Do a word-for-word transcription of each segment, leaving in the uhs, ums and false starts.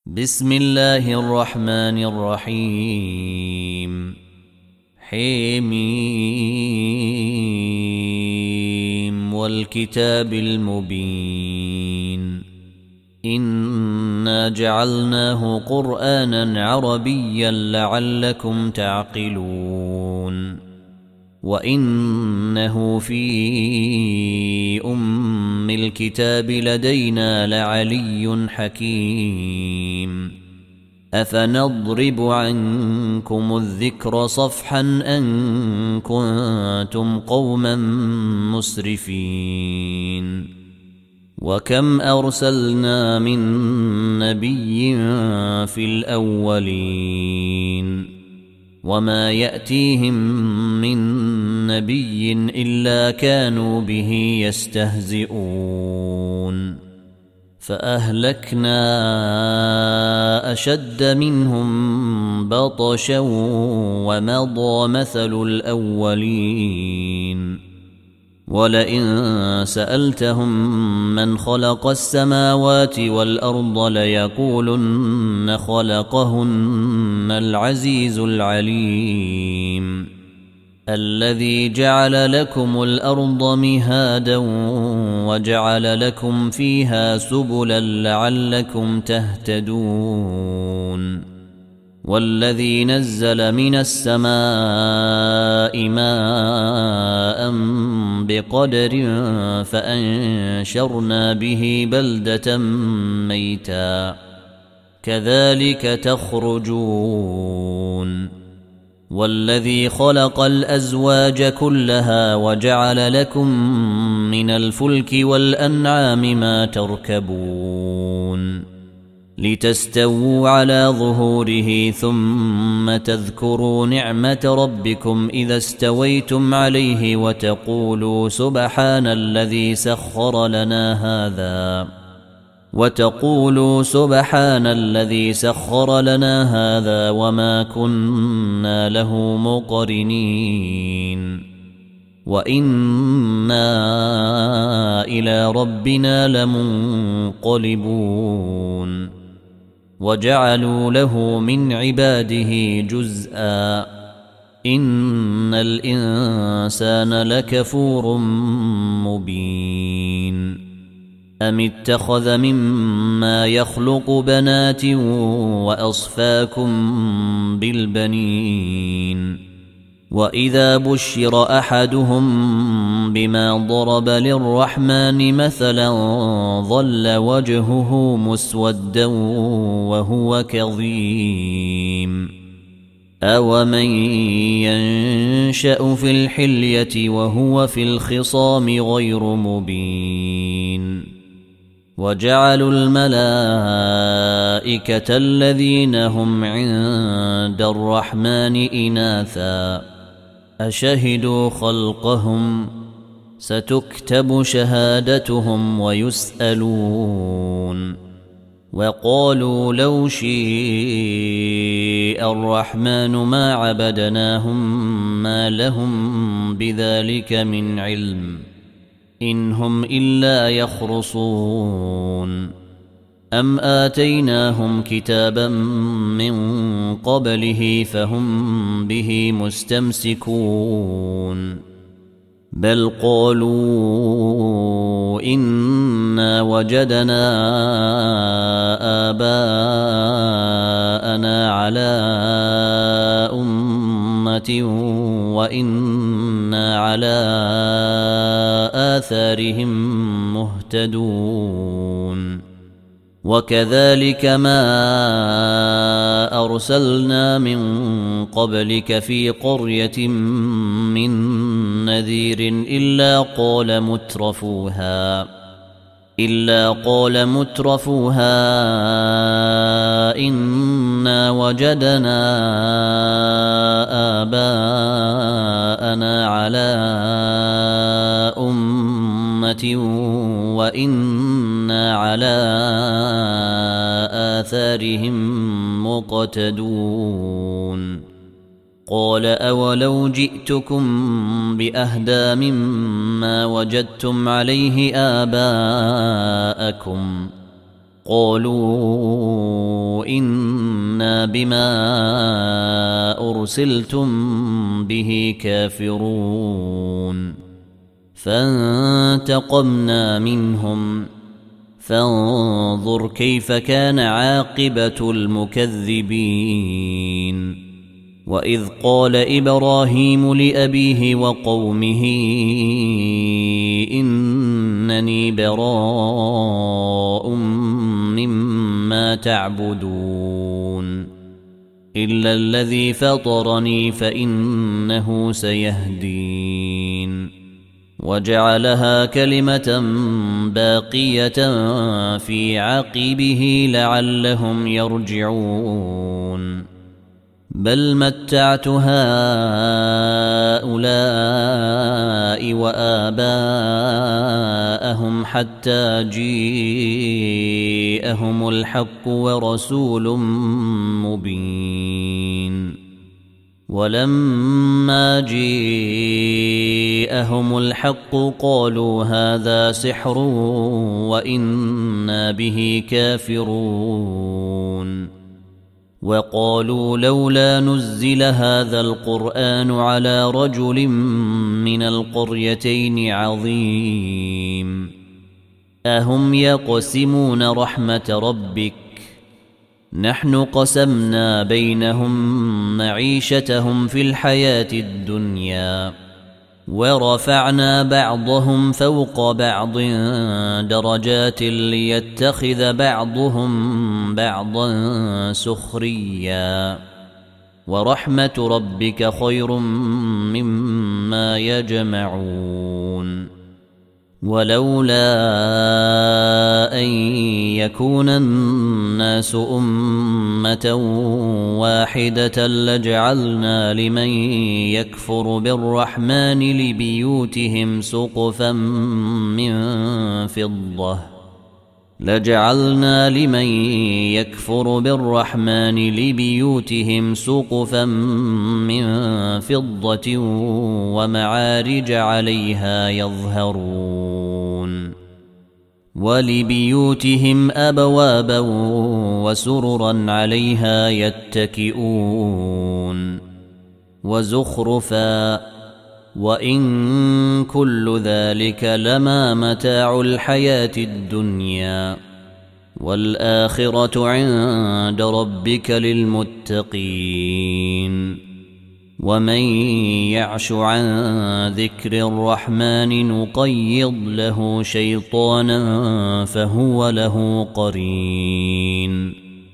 بسم الله الرحمن الرحيم حميم والكتاب المبين إنا جعلناه قرآنا عربيا لعلكم تعقلون وإنه في أم الكتاب لدينا لعلي حكيم أفنضرب عنكم الذكر صفحا أن كنتم قوما مسرفين وكم أرسلنا من نبي في الأولين وما يأتيهم من نبي إلا كانوا به يستهزئون فأهلكنا أشد منهم بطشا ومضى مثل الأولين ولئن سألتهم من خلق السماوات والأرض ليقولن خلقهن العزيز العليم الذي جعل لكم الأرض مهادا وجعل لكم فيها سبلا لعلكم تهتدون والذي نزل من السماء ماء بقدر فأنشرنا به بلدة ميتا كذلك تخرجون والذي خلق الأزواج كلها وجعل لكم من الفلك والأنعام ما تركبون لتستووا على ظهوره ثم تذكروا نعمة ربكم إذا استويتم عليه وتقولوا سبحان الذي سخر لنا هذا وتقولوا سبحان الذي سخر لنا هذا وما كنا له مقرنين وإنا إلى ربنا لمنقلبون وجعلوا له من عباده جزءا إن الإنسان لكفور مبين أم اتخذ مما يخلق بنات وأصفاكم بالبنين وإذا بشر أحدهم بما ضرب للرحمن مثلا ظل وجهه مسودا وهو كظيم أومن ينشأ في الحلية وهو في الخصام غير مبين وجعلوا الملائكة الذين هم عند الرحمن إناثا أشهدوا خلقهم ستكتب شهادتهم ويسألون وقالوا لو شيء الرحمن ما عبدناهم ما لهم بذلك من علم إن هم إلا يخرصون أم آتيناهم كتابا من قبله فهم به مستمسكون بل قالوا إنا وجدنا آباءنا على أمة وإنا على آثارهم مهتدون وكذلك ما أرسلنا من قبلك في قرية من نذير إلا قال مترفوها إلا قال مترفوها إنا وجدنا آباءنا على أمة وإنا على آثارهم مقتدون قال أولو جئتكم بأهدى مما وجدتم عليه آباءكم قالوا إنا بما أرسلتم به كافرون فانتقمنا منهم فانظر كيف كان عاقبة المكذبين وإذ قال إبراهيم لأبيه وقومه إنني براء مما تعبدون إلا الذي فطرني فإنه سيهدين وجعلها كلمة باقية في عقبه لعلهم يرجعون بل متعت هؤلاء وآباءهم حتى جيءهم الحق ورسول مبين ولما جيءهم الحق قالوا هذا سحر وإنا به كافرون وقالوا لولا نزل هذا القرآن على رجل من القريتين عظيم أهم يقسمون رحمة ربك نحن قسمنا بينهم معيشتهم في الحياة الدنيا ورفعنا بعضهم فوق بعض درجات ليتخذ بعضهم بعضا سخريا ورحمة ربك خير مما يجمعون ولولا أن يكون الناس أمة واحدة لجعلنا لمن يكفر بالرحمن لبيوتهم سقفا من فضة لجعلنا لمن يكفر بالرحمن لبيوتهم سقفا من فضة ومعارج عليها يظهرون ولبيوتهم أبوابا وسررا عليها يتكئون وزخرفا وإن كل ذلك لما متاع الحياة الدنيا والآخرة عند ربك للمتقين ومن يعش عن ذكر الرحمن نقيض له شيطانا فهو له قرين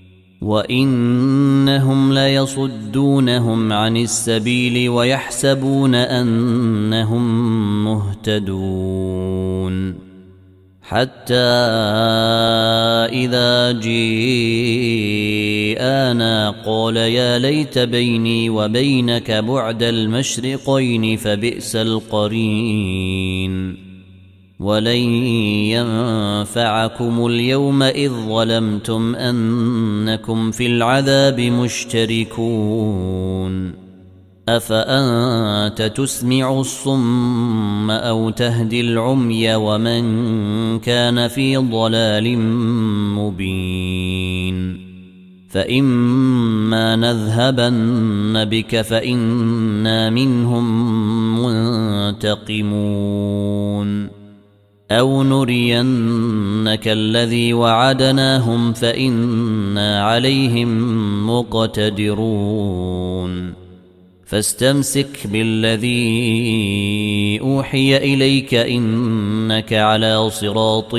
وإنهم ليصدونهم عن السبيل ويحسبون أنهم مهتدون حتى إذا جيءنا قال يا ليت بيني وبينك بعد المشرقين فبئس القرين ولن ينفعكم اليوم إذ ظلمتم أنكم في العذاب مشتركون أفأنت تسمع الصم أو تهدي العمي ومن كان في ضلال مبين فإما نذهبن بك فإنا منهم منتقمون أو نرينك الذي وعدناهم فإنا عليهم مقتدرون فاستمسك بالذي أوحي إليك إنك على صراط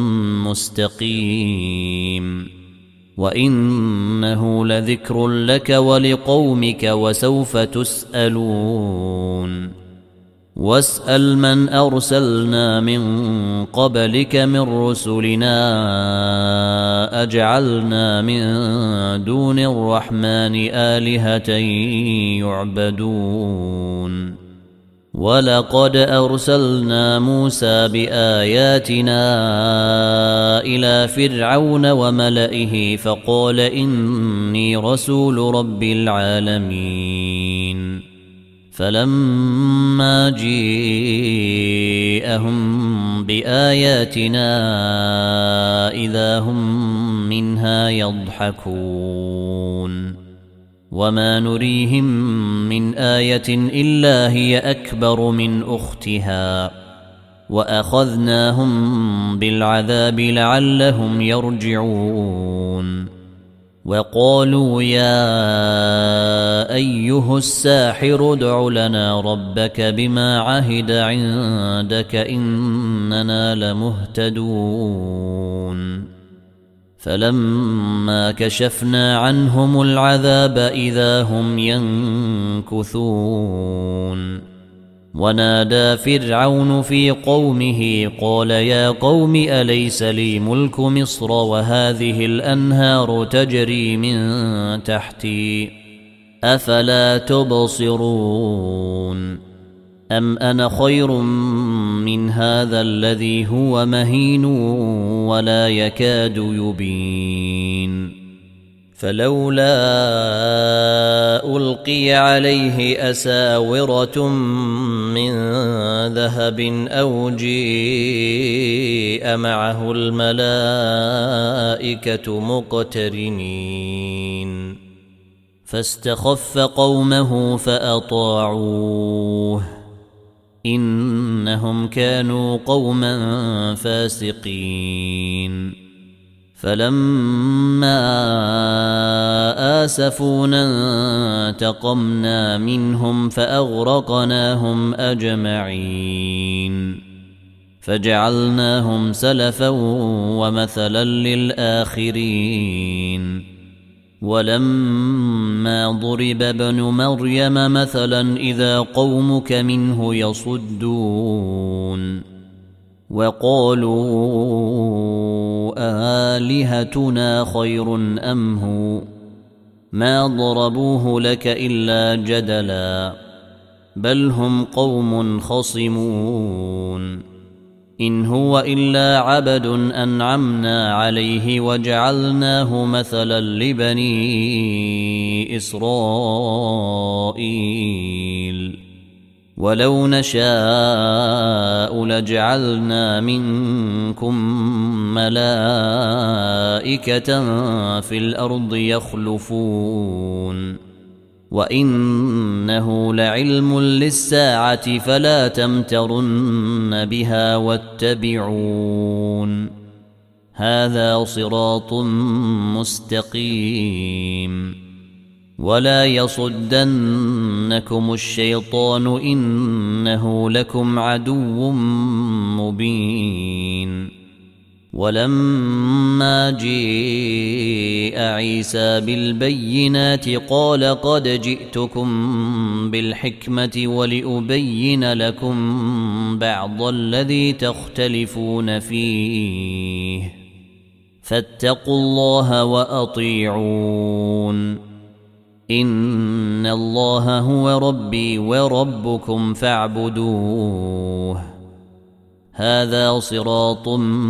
مستقيم وإنه لذكر لك ولقومك وسوف تسألون واسأل من أرسلنا من قبلك من رسلنا أجعلنا من دون الرحمن آلهة يعبدون ولقد أرسلنا موسى بآياتنا إلى فرعون وملئه فقال إني رسول رب العالمين فلما جيءهم بآياتنا إذا هم منها يضحكون وما نريهم من آية إلا هي أكبر من أختها وأخذناهم بالعذاب لعلهم يرجعون وقالوا يا أيها الساحر ادع لنا ربك بما عهد عندك إننا لمهتدون فلما كشفنا عنهم العذاب إذا هم ينكثون ونادى فرعون في قومه قال يا قوم أليس لي ملك مصر وهذه الأنهار تجري من تحتي أفلا تبصرون أم أنا خير من هذا الذي هو مهين ولا يكاد يبين فلولا ألقي عليه أساورة من ذهب أو جيء معه الملائكة مقترنين فاستخف قومه فأطاعوه إنهم كانوا قوما فاسقين فلما آسفونا انتقمنا منهم فأغرقناهم أجمعين فجعلناهم سلفا ومثلا للآخرين ولما ضرب ابن مريم مثلا إذا قومك منه يصدون وقالوا آلهتنا خير أم هو ما ضربوه لك إلا جدلا بل هم قوم خصمون إن هو إلا عبد أنعمنا عليه وجعلناه مثلا لبني إسرائيل ولو نشاء لجعلنا منكم ملائكة في الأرض يخلفون وإنه لعلم للساعة فلا تمترن بها واتبعون هذا صراط مستقيم ولا يصدنكم الشيطان إنه لكم عدو مبين ولما جيء عيسى بالبينات قال قد جئتكم بالحكمة ولأبين لكم بعض الذي تختلفون فيه فاتقوا الله وأطيعون إن الله هو ربي وربكم فاعبدوه هذا صراط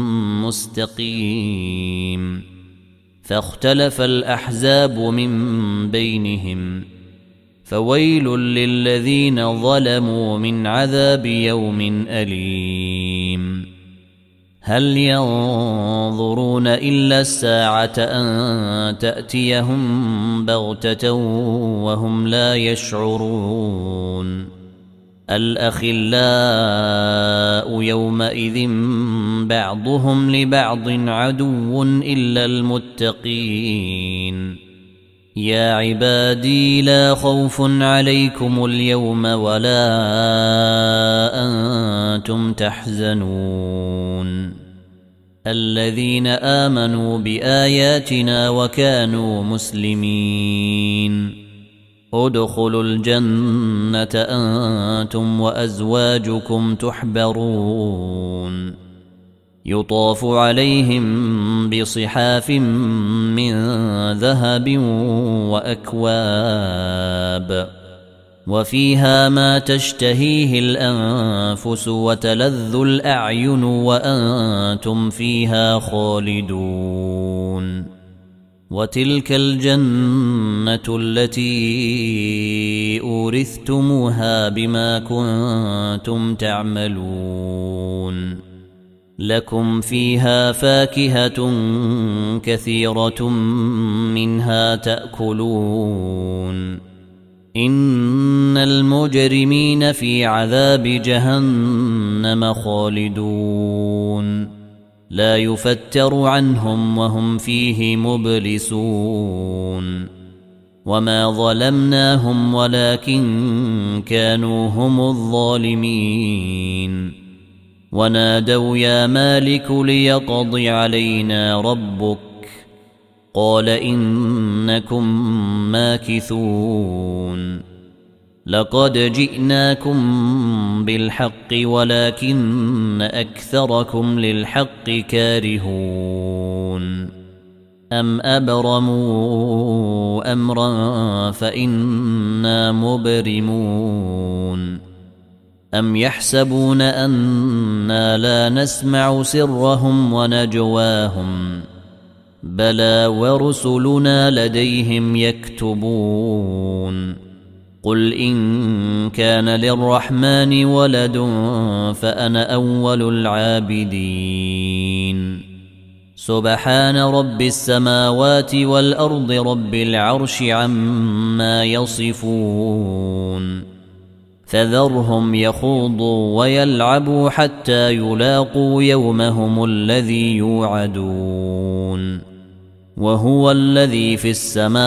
مستقيم فاختلف الأحزاب من بينهم فويل للذين ظلموا من عذاب يوم أليم هل ينظرون إلا الساعة أن تأتيهم بغتة وهم لا يشعرون الأخلاء يومئذ بعضهم لبعض عدو إلا المتقين يا عبادي لا خوف عليكم اليوم ولا أنتم تحزنون الذين آمنوا بآياتنا وكانوا مسلمين ادخلوا الجنة أنتم وأزواجكم تحبرون يطاف عليهم بصحاف من ذهب وأكواب وفيها ما تشتهيه الأنفس وتلذ الأعين وأنتم فيها خالدون وتلك الجنة التي أورثتموها بما كنتم تعملون لكم فيها فاكهة كثيرة منها تأكلون إن المجرمين في عذاب جهنم خالدون لا يفتر عنهم وهم فيه مبلسون وما ظلمناهم ولكن كانوا هم الظالمين ونادوا يا مالك ليقض علينا ربك قال إنكم ماكثون لقد جئناكم بالحق ولكن أكثركم للحق كارهون أم أبرموا أمرا فإنا مبرمون أم يحسبون أنا لا نسمع سرهم ونجواهم بلى ورسلنا لديهم يكتبون قل إن كان للرحمن ولد فأنا أول العابدين سبحان رب السماوات والأرض رب العرش عما يصفون فذرهم يخوضوا ويلعبوا حتى يلاقوا يومهم الذي يوعدون وهو الذي في السماء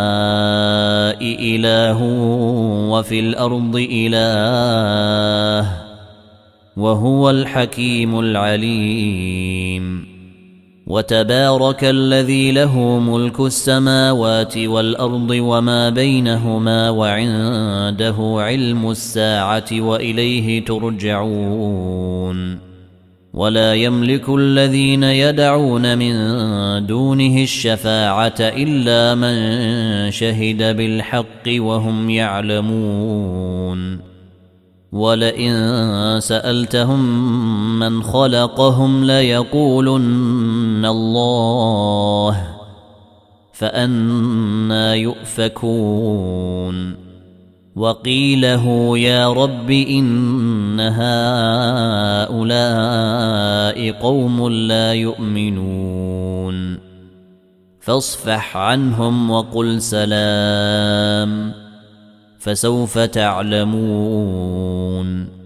إله وفي الأرض إله وهو الحكيم العليم وتبارك الذي له ملك السماوات والأرض وما بينهما وعنده علم الساعة وإليه ترجعون ولا يملك الذين يدعون من دونه الشفاعة إلا من شهد بالحق وهم يعلمون ولئن سألتهم من خلقهم ليقولن الله فأنى يؤفكون وقيله يا رب إن هؤلاء قوم لا يؤمنون فاصفح عنهم وقل سلام فسوف تعلمون